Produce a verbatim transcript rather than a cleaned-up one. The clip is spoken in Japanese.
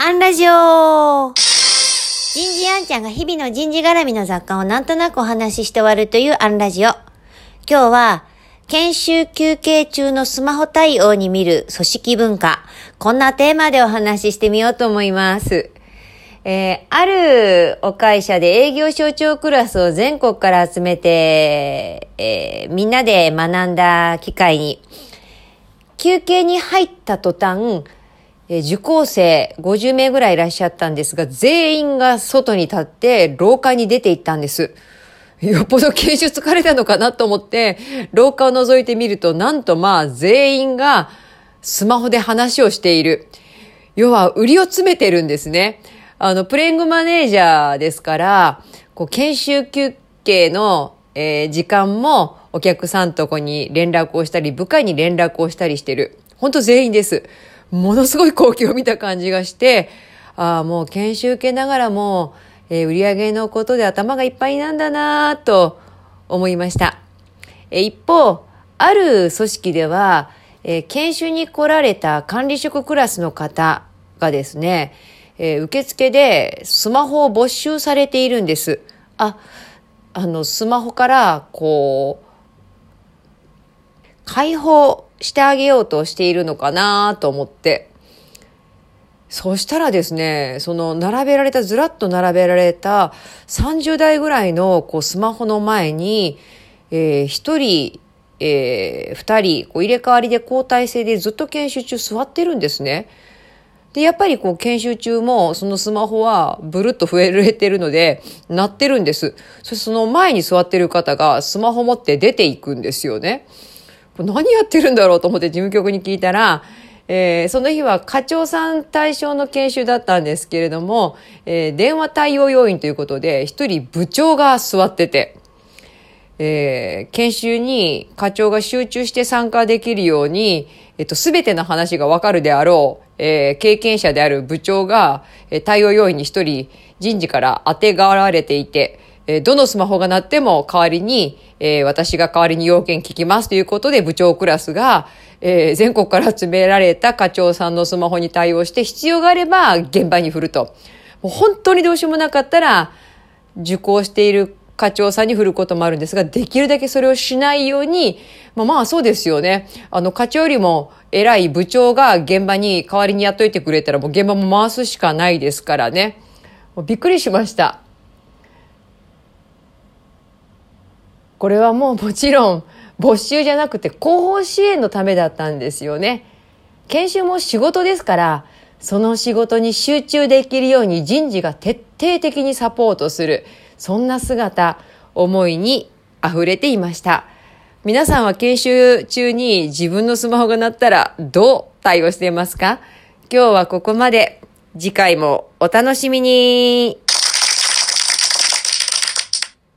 アンラジオ人事アンちゃんが日々の人事絡みの雑貨をなんとなくお話しして終わるというアンラジオ。今日は、研修休憩中のスマホ対応に見る組織文化。こんなテーマでお話ししてみようと思います。えー、あるお会社で営業所長クラスを全国から集めて、えー、みんなで学んだ機会に、休憩に入った途端、えー、受講生ごじゅうめいぐらいいらっしゃったんですが、全員が外に立って廊下に出て行ったんです。よっぽど研修疲れたのかなと思って、廊下を覗いてみると、なんとまあ全員がスマホで話をしている。要は売りを詰めてるんですね。あの、プレイングマネージャーですから、こう、研修休憩の、えー、時間もお客さんとこに連絡をしたり、部下に連絡をしたりしてる。ほんと全員です。ものすごい光景を見た感じがして、ああ、もう研修受けながらも、えー、売上のことで頭がいっぱいなんだなぁと思いました。えー、一方、ある組織では、えー、研修に来られた管理職クラスの方がですね、えー、受付でスマホを没収されているんです。あ、あの、スマホから、こう、解放してあげようとしているのかなと思って。そしたらですね、その並べられた、ずらっと並べられたさんじゅうだいぐらいのこうスマホの前に、えー、ひとり、えー、ふたり、こう入れ替わりで交代制でずっと研修中座ってるんですね。で、やっぱりこう研修中もそのスマホはブルッと増えれてるので、鳴ってるんです。そしてその前に座ってる方がスマホ持って出ていくんですよね。何やってるんだろうと思って事務局に聞いたら、えー、その日は課長さん対象の研修だったんですけれども、えー、電話対応要員ということで、一人部長が座ってて、えー、研修に課長が集中して参加できるように、えっと、すべての話がわかるであろう、えー、経験者である部長が、えー、対応要員に一人人事から当てがわれていて、えー、どのスマホが鳴っても代わりに、えー、私が代わりに要件聞きますということで部長クラスが、えー、全国から集められた課長さんのスマホに対応して必要があれば現場に振ると。もう本当にどうしようもなかったら受講している課長さんに振ることもあるんですが、できるだけそれをしないように、まあまあそうですよね。あの課長よりも偉い部長が現場に代わりにやっといてくれたらもう現場も回すしかないですからね。もうびっくりしました。これはもうもちろん没収じゃなくて後方支援のためだったんですよね。研修も仕事ですから、その仕事に集中できるように人事が徹底的にサポートする、そんな姿、思いに溢れていました。皆さんは研修中に自分のスマホが鳴ったらどう対応していますか？今日はここまで。次回もお楽しみに。